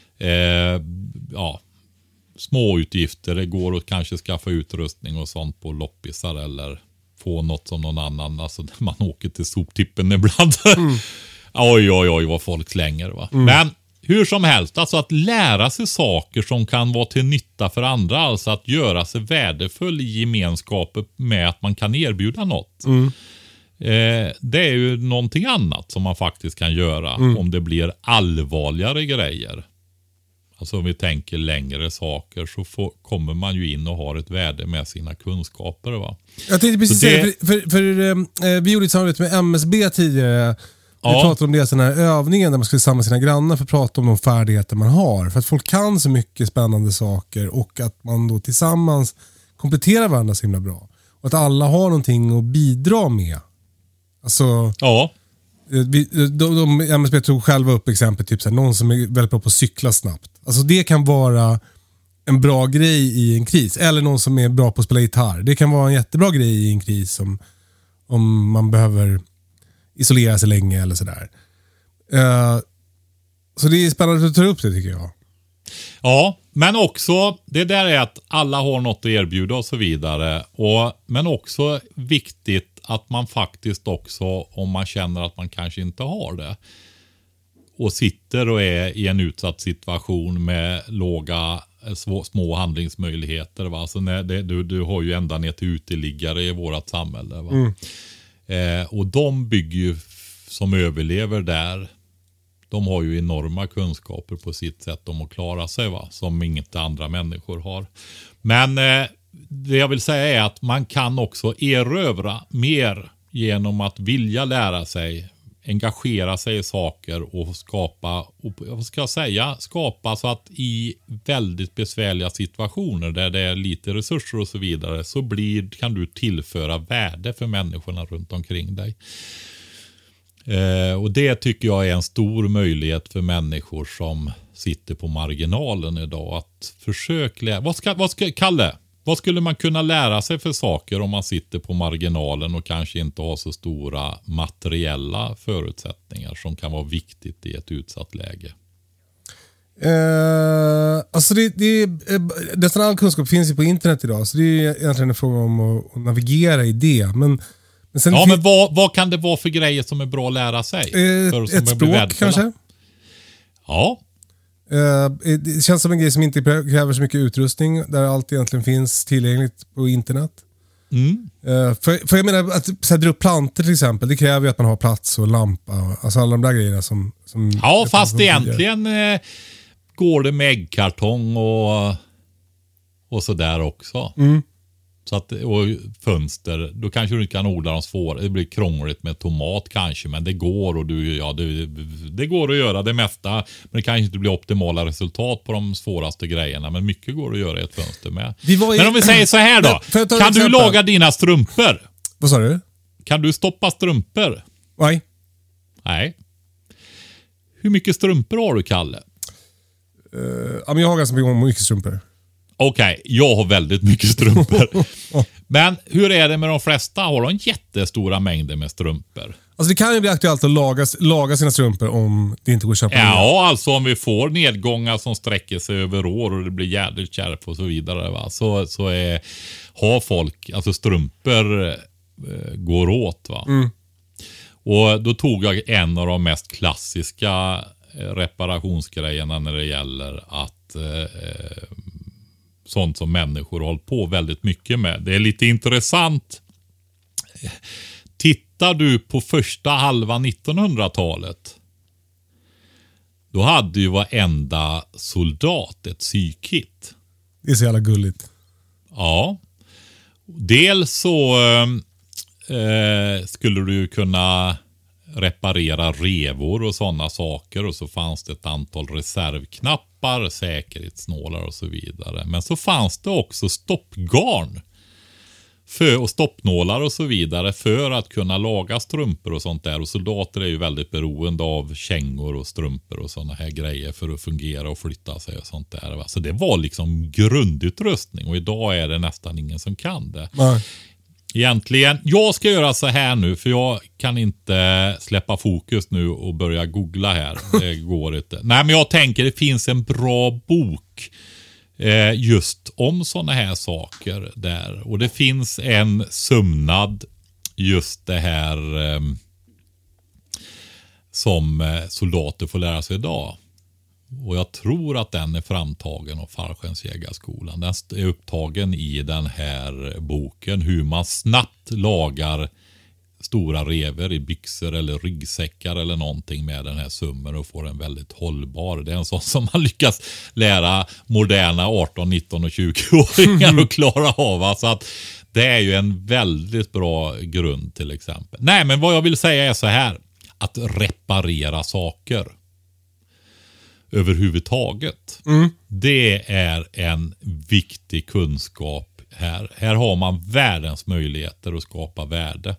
Eh, ja, små utgifter. Det går att kanske skaffa utrustning och sånt på loppisar eller få något som någon annan. Alltså man åker till soptippen ibland. Mm. oj, oj, oj vad folk slänger. Va? Mm. Men hur som helst, alltså att lära sig saker som kan vara till nytta för andra. Alltså att göra sig värdefull i gemenskapen med att man kan erbjuda något. Mm. Eh, det är ju någonting annat som man faktiskt kan göra mm. om det blir allvarligare grejer. Alltså om vi tänker längre saker så får, kommer man ju in och har ett värde med sina kunskaper. Va? Jag tänkte precis det... säga, för, för, för eh, vi gjorde ett samarbete med M S B tidigare. Vi ja. pratade om det, den här övningen där man skulle samla sina grannar för att prata om de färdigheter man har. För att folk kan så mycket spännande saker och att man då tillsammans kompletterar varandra så himla bra. Och att alla har någonting att bidra med. Alltså, ja. Vi, de, de, M S B tog själva upp exempel, typ så här, någon som är väldigt bra på att cykla snabbt. Alltså det kan vara en bra grej i en kris. Eller någon som är bra på att spela gitarr. Det kan vara en jättebra grej i en kris om, om man behöver isolera sig länge eller sådär. Uh, så det är spännande att ta upp det, tycker jag. Ja, men också det där är att alla har något att erbjuda och så vidare. Och, men också viktigt att man faktiskt också, om man känner att man kanske inte har det och sitter och är i en utsatt situation med låga, små, små handlingsmöjligheter. Va? Alltså när det, du, du har ju ända ner till uteliggare i vårat samhälle. Va? Mm. Eh, och de bygger ju som överlever där. De har ju enorma kunskaper på sitt sätt om att klara sig, va? Som inte andra människor har. Men eh, det jag vill säga är att man kan också erövra mer genom att vilja lära sig, engagera sig i saker och skapa, och vad ska jag säga, skapa så att i väldigt besvärliga situationer där det är lite resurser och så vidare, så blir, kan du tillföra värde för människorna runt omkring dig. Eh, och det tycker jag är en stor möjlighet för människor som sitter på marginalen idag, att försöka lära. Vad ska, vad ska, Kalle, vad skulle man kunna lära sig för saker om man sitter på marginalen och kanske inte har så stora materiella förutsättningar som kan vara viktigt i ett utsatt läge? Uh, alltså det, det, nästan all kunskap finns ju på internet idag, så det är egentligen en fråga om att, att navigera i det. Men, men sen ja, fin- men vad, vad kan det vara för grejer som är bra att lära sig? Uh, för, ett språk kanske? Ja. Uh, det känns som en grej som inte kräver så mycket utrustning, där allt egentligen finns tillgängligt på internet. Mm. Uh, för, för jag menar att sätta upp plantor till exempel, det kräver ju att man har plats och lampa, alltså alla de där grejerna som... som ja, fast som egentligen eh, går det med äggkartong och, och sådär också. Mm. Så att, och fönster, då kanske du inte kan odla dem svåra. Det blir krångligt med tomat kanske, men det går och du, ja, det, det går att göra det mesta. Men det kanske inte blir optimala resultat på de svåraste grejerna, men mycket går att göra i ett fönster med. Vi var i, men om vi säger så här då, kan exempel. du laga dina strumpor? Vad sa du? Kan du stoppa strumpor? Nej. Nej. Hur mycket strumpor har du, Kalle? Uh, ja, men jag har ganska mycket strumpor. Okej, okay, jag har väldigt mycket strumpor. Men hur är det med de flesta? Har de jättestora mängder med strumpor? Alltså det kan ju bli aktuellt att laga, laga sina strumpor om det inte går att köpa. Ja, nya. alltså om vi får nedgångar som sträcker sig över år och det blir jävligt kärvt och så vidare. Va? Så, så är, har folk, alltså strumpor eh, går åt. Va? Mm. Och då tog jag en av de mest klassiska reparationsgrejerna när det gäller att eh, sånt som människor håller på väldigt mycket med. Det är lite intressant. Tittar du på första halva nittonhundratalet, då hade ju varenda soldat ett sykit. Det är så jävla gulligt. Ja. Dels så eh, skulle du kunna reparera revor och sådana saker, och så fanns det ett antal reservknappar, säkerhetsnålar och så vidare. Men så fanns det också stoppgarn för, och stoppnålar och så vidare för att kunna laga strumpor och sånt där. Och soldater är ju väldigt beroende av kängor och strumpor och såna här grejer för att fungera och flytta sig och sånt där. Va? Så det var liksom grundutrustning, och idag är det nästan ingen som kan det. Nej. Egentligen, jag ska göra så här nu, för jag kan inte släppa fokus nu och börja googla här. Det går inte. Nej, men jag tänker det finns en bra bok eh, just om såna här saker där. Och det finns en sömnad just det här eh, som soldater får lära sig idag. Och jag tror att den är framtagen av Fallskärmsjägarskolan. Den är upptagen i den här boken. Hur man snabbt lagar stora rever i byxor eller ryggsäckar eller någonting med den här summen och får en väldigt hållbar. Det är en sån som man lyckas lära moderna arton, nitton och tjugo-åringar att klara av. Så att det är ju en väldigt bra grund till exempel. Nej, men vad jag vill säga är så här. Att reparera saker överhuvudtaget. Mm. Det är en viktig kunskap här. Här har man världens möjligheter att skapa värde.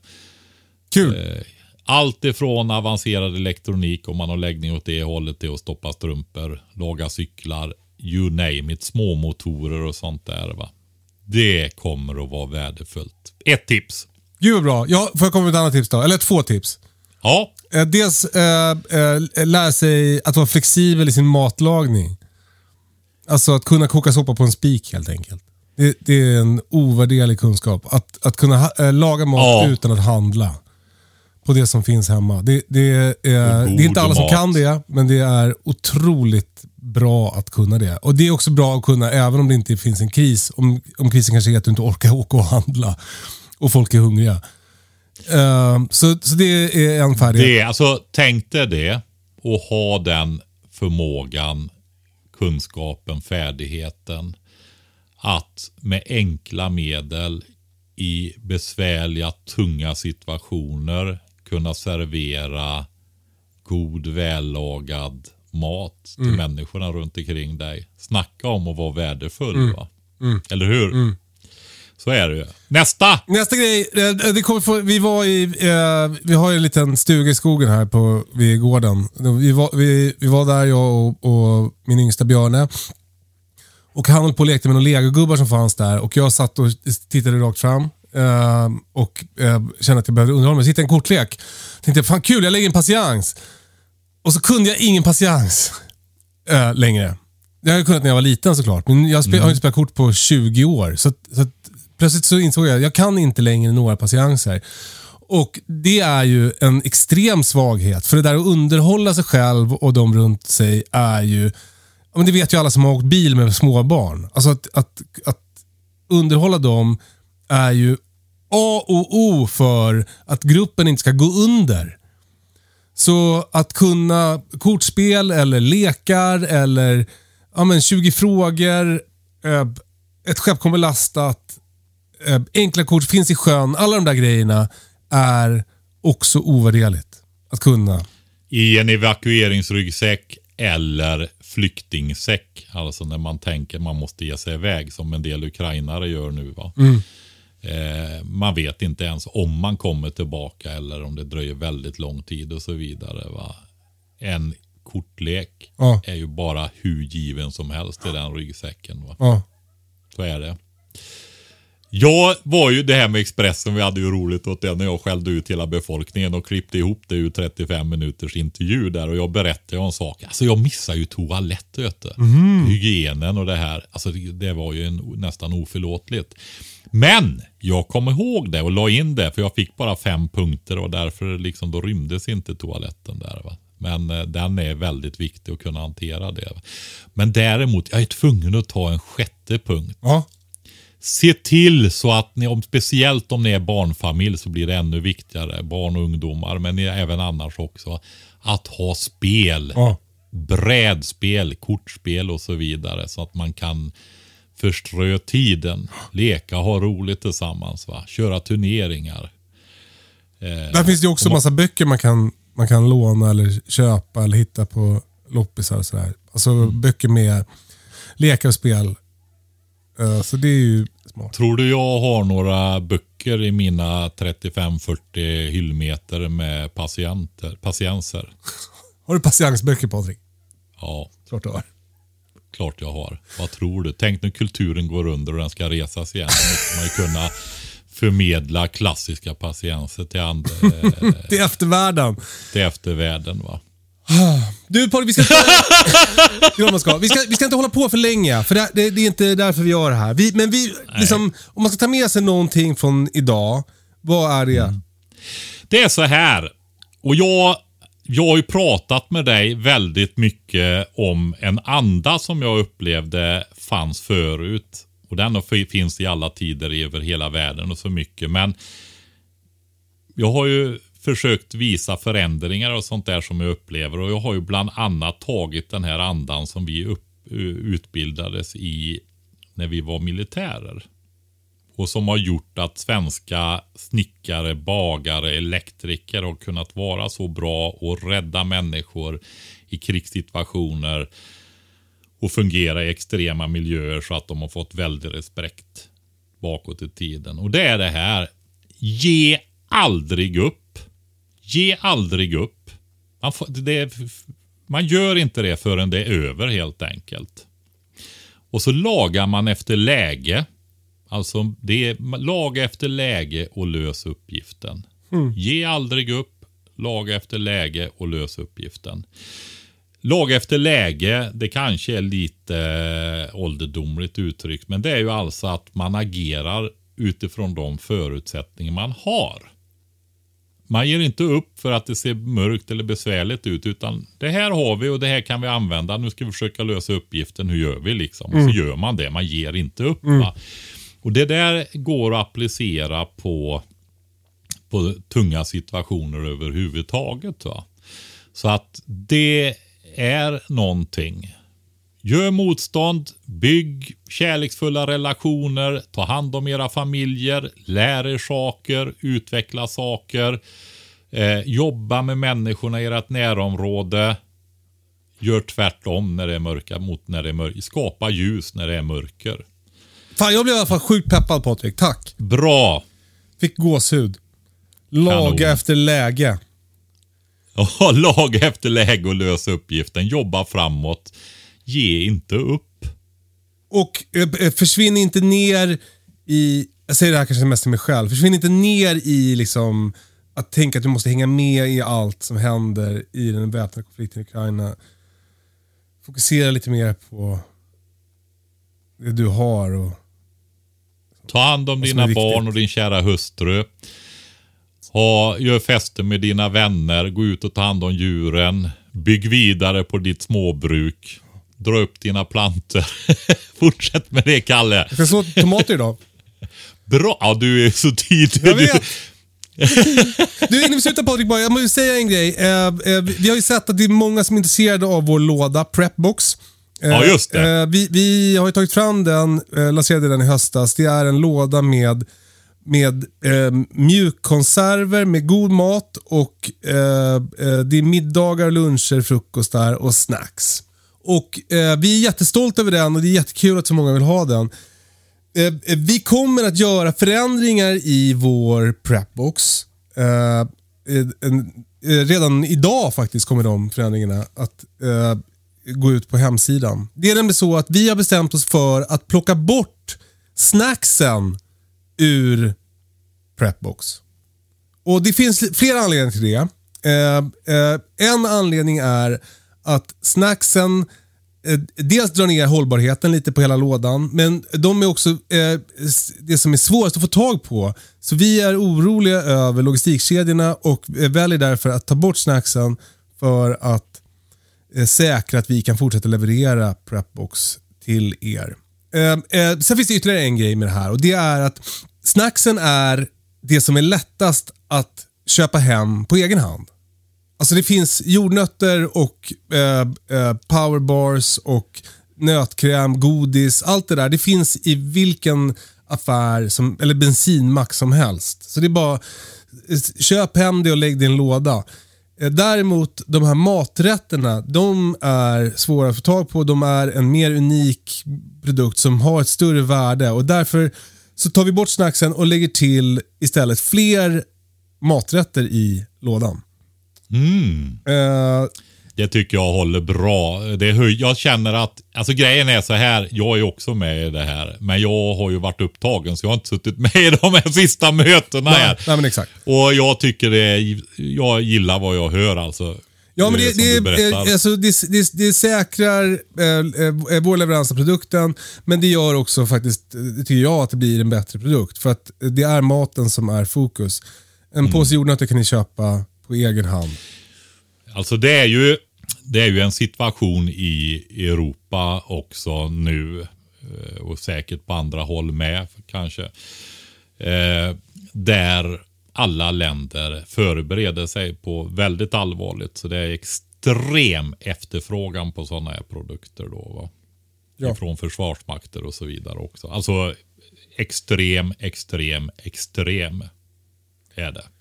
Kul. Allt ifrån avancerad elektronik, om man har läggning åt det hållet, till att stoppa strumpor, laga cyklar, you name it, små motorer och sånt där. Va? Det kommer att vara värdefullt. Ett tips. Gud vad bra. Ja, får jag komma med ett annat tips då? Eller två tips. Ja. Dels äh, äh, lära sig att vara flexibel i sin matlagning. Alltså att kunna koka soppa på en spik helt enkelt. Det, det är en ovärderlig kunskap. Att, att kunna ha, äh, laga mat ja. utan att handla på det som finns hemma. Det, det, är, det är inte alla som mat. kan det, men det är otroligt bra att kunna det. Och det är också bra att kunna, även om det inte finns en kris. Om, om krisen kanske är att du inte orkar åka och handla och folk är hungriga. Uh, så, så det är en färdighet. Det, alltså, tänk dig det och ha den förmågan, kunskapen, färdigheten att med enkla medel i besvärliga, tunga situationer kunna servera god, vällagad mat till mm. människorna runt omkring dig. Snacka om att vara värdefull, mm. va? Mm. Eller hur? Mm. Så är det ju. Nästa! Nästa grej, det kommer få, vi var i, eh, vi har ju en liten stuga i skogen här på, vid gården. Vi var, vi, vi var där, jag och, och min yngsta Björne. Och han höll på och lekte med några legogubbar som fanns där. Och jag satt och tittade rakt fram. Eh, och eh, kände att jag behövde underhålla mig. Sitta i en kortlek. Tänkte, fan kul, jag lägger en patiens. Och så kunde jag ingen patiens eh, längre. Jag har kunnat när jag var liten såklart. Men jag spel, mm. har inte spelat kort på tjugo år. Så, så plötsligt så insåg jag att jag kan inte längre några patienser. Och det är ju en extrem svaghet. För det där att underhålla sig själv och de runt sig är ju... Men det vet ju alla som har åkt bil med små barn. Alltså att, att, att underhålla dem är ju A och O för att gruppen inte ska gå under. Så att kunna kortspel eller lekar eller ja men, tjugo frågor, ett skepp kommer lastat, eh, enkla kort, finns i sjön. Alla de där grejerna är också ovärderligt att kunna. I en evakueringsryggsäck eller flyktingsäck. Alltså när man tänker man måste ge sig iväg som en del ukrainare gör nu va. Mm. Eh, man vet inte ens om man kommer tillbaka eller om det dröjer väldigt lång tid och så vidare va. En kortlek ja. är ju bara hur given som helst i den ryggsäcken va. Ja. Så är det. Jag var ju det här med Expressen, vi hade ju roligt åt det när jag skällde ut hela befolkningen och klippte ihop det ur trettiofem minuters intervju där och jag berättade om saker. Alltså jag missar ju toalett, mm. hygienen och det här. Alltså det, det var ju en, nästan oförlåtligt. Men jag kom ihåg det och la in det för jag fick bara fem punkter och därför liksom då rymdes inte toaletten där va. Men eh, den är väldigt viktig att kunna hantera det. Men däremot, jag är tvungen att ta en sjätte punkt. Ja. Se till så att ni, om, speciellt om ni är barnfamilj så blir det ännu viktigare, barn och ungdomar, men även annars också, att ha spel, ja. brädspel, kortspel och så vidare så att man kan förströ tiden, leka, ha roligt tillsammans, va? Köra turneringar. Eh, Där finns det också en massa böcker man kan, man kan låna eller köpa eller hitta på loppisar och sådär. Alltså mm. böcker med lekar och spel. Så det är ju smart. Tror du jag har några böcker i mina trettiofem fyrtio hyllmeter med patienter, patienser? Har du patiensböcker, Patrik? Ja. Klart du har. Klart jag har. Vad tror du? Tänk när kulturen går under och den ska resas igen. Då måste man ju kunna förmedla klassiska patienser till andra. till eftervärlden. Till eftervärlden, va? Du Paul, vi ska, vi ska vi ska vi ska inte hålla på för länge för det, det, det är inte därför vi gör det här. Vi, men vi liksom, om man ska ta med sig någonting från idag, vad är det? Mm. Det är så här. Och jag jag har ju pratat med dig väldigt mycket om en anda som jag upplevde fanns förut och den finns i alla tider över hela världen och så mycket, men jag har ju försökt visa förändringar och sånt där som jag upplever och jag har ju bland annat tagit den här andan som vi upp, utbildades i när vi var militärer och som har gjort att svenska snickare, bagare, elektriker har kunnat vara så bra och rädda människor i krigssituationer och fungera i extrema miljöer så att de har fått väldigt respekt bakåt i tiden. Och det är det här: ge aldrig upp. Ge aldrig upp. Man, får, det, man gör inte det förrän det är över helt enkelt. Och så lagar man efter läge. Alltså det är laga efter läge och lös uppgiften. Mm. Ge aldrig upp. Laga efter läge och lös uppgiften. Laga efter läge, det kanske är lite äh, ålderdomligt uttryck. Men det är ju alltså att man agerar utifrån de förutsättningar man har. Man ger inte upp för att det ser mörkt eller besvärligt ut, utan det här har vi och det här kan vi använda. Nu ska vi försöka lösa uppgiften. Hur gör vi liksom? Mm. Och så gör man det. Man ger inte upp. Mm. Va? Och det där går att applicera på, på tunga situationer överhuvudtaget. Va? Så att det är någonting. Gör motstånd, bygg kärleksfulla relationer, ta hand om era familjer, lär er saker, utveckla saker, eh, jobba med människorna i ert närområde, gör tvärtom när det är mörka mot när det är mörker, skapa ljus när det är mörker. Fan, jag blev i alla fall sjukt peppad, Patrik, tack. Bra. Fick gåshud. Laga Kanon. Efter läge. Ja, laga efter läge och lösa uppgiften, jobba framåt. Ge inte upp. Och eh, försvinn inte ner i, jag säger det här kanske mest till mig själv, försvinn inte ner i liksom att tänka att du måste hänga med i allt som händer i den väpnade konflikten i Ukraina. Fokusera lite mer på det du har och ta hand om dina barn och din kära hustru. Ha, gör fester med dina vänner, gå ut och ta hand om djuren, bygg vidare på ditt småbruk. Dra upp dina planter. Fortsätt med det, Kalle. Jag ska så tomater idag. Bra, ja, du är så tidig. Jag vet. Du, innan vi slutar, Patrik, bara, jag måste säga en grej. Eh, eh, vi har ju sett att det är många som är intresserade av vår låda Prepbox. Ja, just det. Eh, vi, vi har ju tagit fram den, eh, lanserade den i höstas. Det är en låda med, med eh, mjukkonserver, med god mat och eh, eh, det är middagar, luncher, frukostar och snacks. Och eh, vi är jättestolta över den och det är jättekul att så många vill ha den. Eh, vi kommer att göra förändringar i vår prepbox. Eh, en, eh, redan idag faktiskt kommer de förändringarna att eh, gå ut på hemsidan. Det är nämligen så att vi har bestämt oss för att plocka bort snacksen ur prepbox. Och det finns flera anledningar till det. Eh, eh, en anledning är att snacksen eh, dels drar ner hållbarheten lite på hela lådan, men de är också eh, det som är svårast att få tag på. Så vi är oroliga över logistikkedjorna och väljer därför att ta bort snacksen för att eh, säkra att vi kan fortsätta leverera prepbox till er. Eh, eh, sen finns det ytterligare en grej med det här och det är att snacksen är det som är lättast att köpa hem på egen hand. Alltså det finns jordnötter och eh, eh, powerbars och nötkräm, godis, allt det där. Det finns i vilken affär som, eller bensinmack som helst. Så det är bara köp hem det och lägg det i en låda. Eh, däremot de här maträtterna, de är svåra att få tag på. De är en mer unik produkt som har ett större värde och därför så tar vi bort snacksen och lägger till istället fler maträtter i lådan. Mm. Uh, det tycker jag håller bra. Det är, jag känner att, alltså grejen är så här, jag är också med i det här, men jag har ju varit upptagen så jag har inte suttit med i de här sista mötena nej, här. Nej, men exakt. Och jag tycker det är, jag gillar vad jag hör alltså. Ja, men det, det, det, alltså, det, det, det säkrar eh, eh, vår leverans av produkten, men det gör också faktiskt, det tycker jag, att det blir en bättre produkt. För att det är maten som är fokus. En mm. påse jordnötter kan ni köpa på egen hand. Alltså det är ju, det är ju en situation i Europa också nu, och säkert på andra håll med kanske, eh, där alla länder förbereder sig på väldigt allvarligt. Så det är extrem efterfrågan på sådana här produkter då, va? Ja. Från försvarsmakter och så vidare också. Alltså extrem, extrem, extrem är det.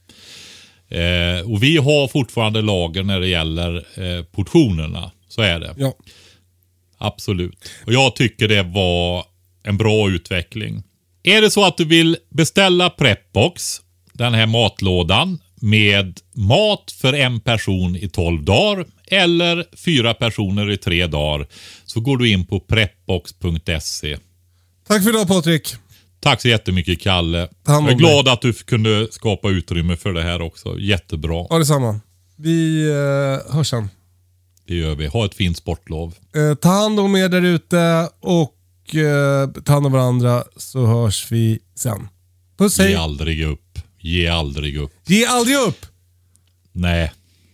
Eh, och vi har fortfarande lager när det gäller eh, portionerna. Så är det. Ja. Absolut. Och jag tycker det var en bra utveckling. Är det så att du vill beställa Prepbox, den här matlådan med mat för en person i tolv dagar eller fyra personer i tre dagar, så går du in på prepbox punkt se. Tack för idag, Patrik. Tack så jättemycket, Kalle. Jag är glad att du kunde skapa utrymme för det här också. Jättebra. Ja, detsamma. Vi eh, hörs sen. Det gör vi. Ha ett fint sportlov. Eh, ta hand om er där ute och eh, ta hand om varandra, så hörs vi sen. Puss, hej. Ge aldrig upp. Ge aldrig upp. Ge aldrig upp! Nej.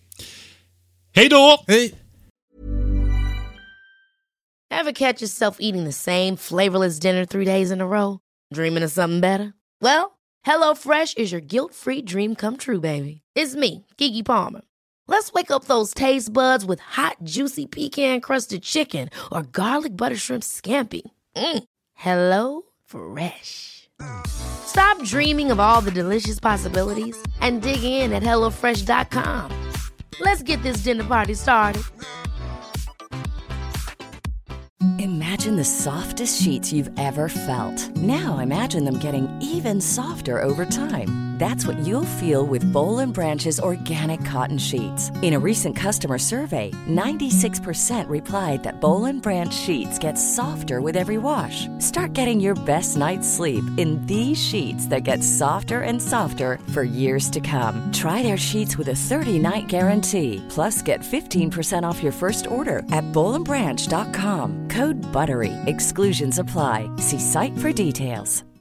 Hej då! Hej! Ever catch yourself eating the same flavorless dinner three days in a row? Dreaming of something better? Well, HelloFresh is your guilt-free dream come true, baby. It's me, Keke Palmer. Let's wake up those taste buds with hot, juicy pecan-crusted chicken or garlic butter shrimp scampi. Mm. Hello Fresh. Stop dreaming of all the delicious possibilities and dig in at hello fresh dot com. Let's get this dinner party started. Imagine the softest sheets you've ever felt. Now imagine them getting even softer over time. That's what you'll feel with Boll and Branch's organic cotton sheets. In a recent customer survey, ninety-six percent replied that Boll and Branch sheets get softer with every wash. Start getting your best night's sleep in these sheets that get softer and softer for years to come. Try their sheets with a thirty-night guarantee. Plus, get fifteen percent off your first order at boll and branch dot com. Code BUTTERY. Exclusions apply. See site for details.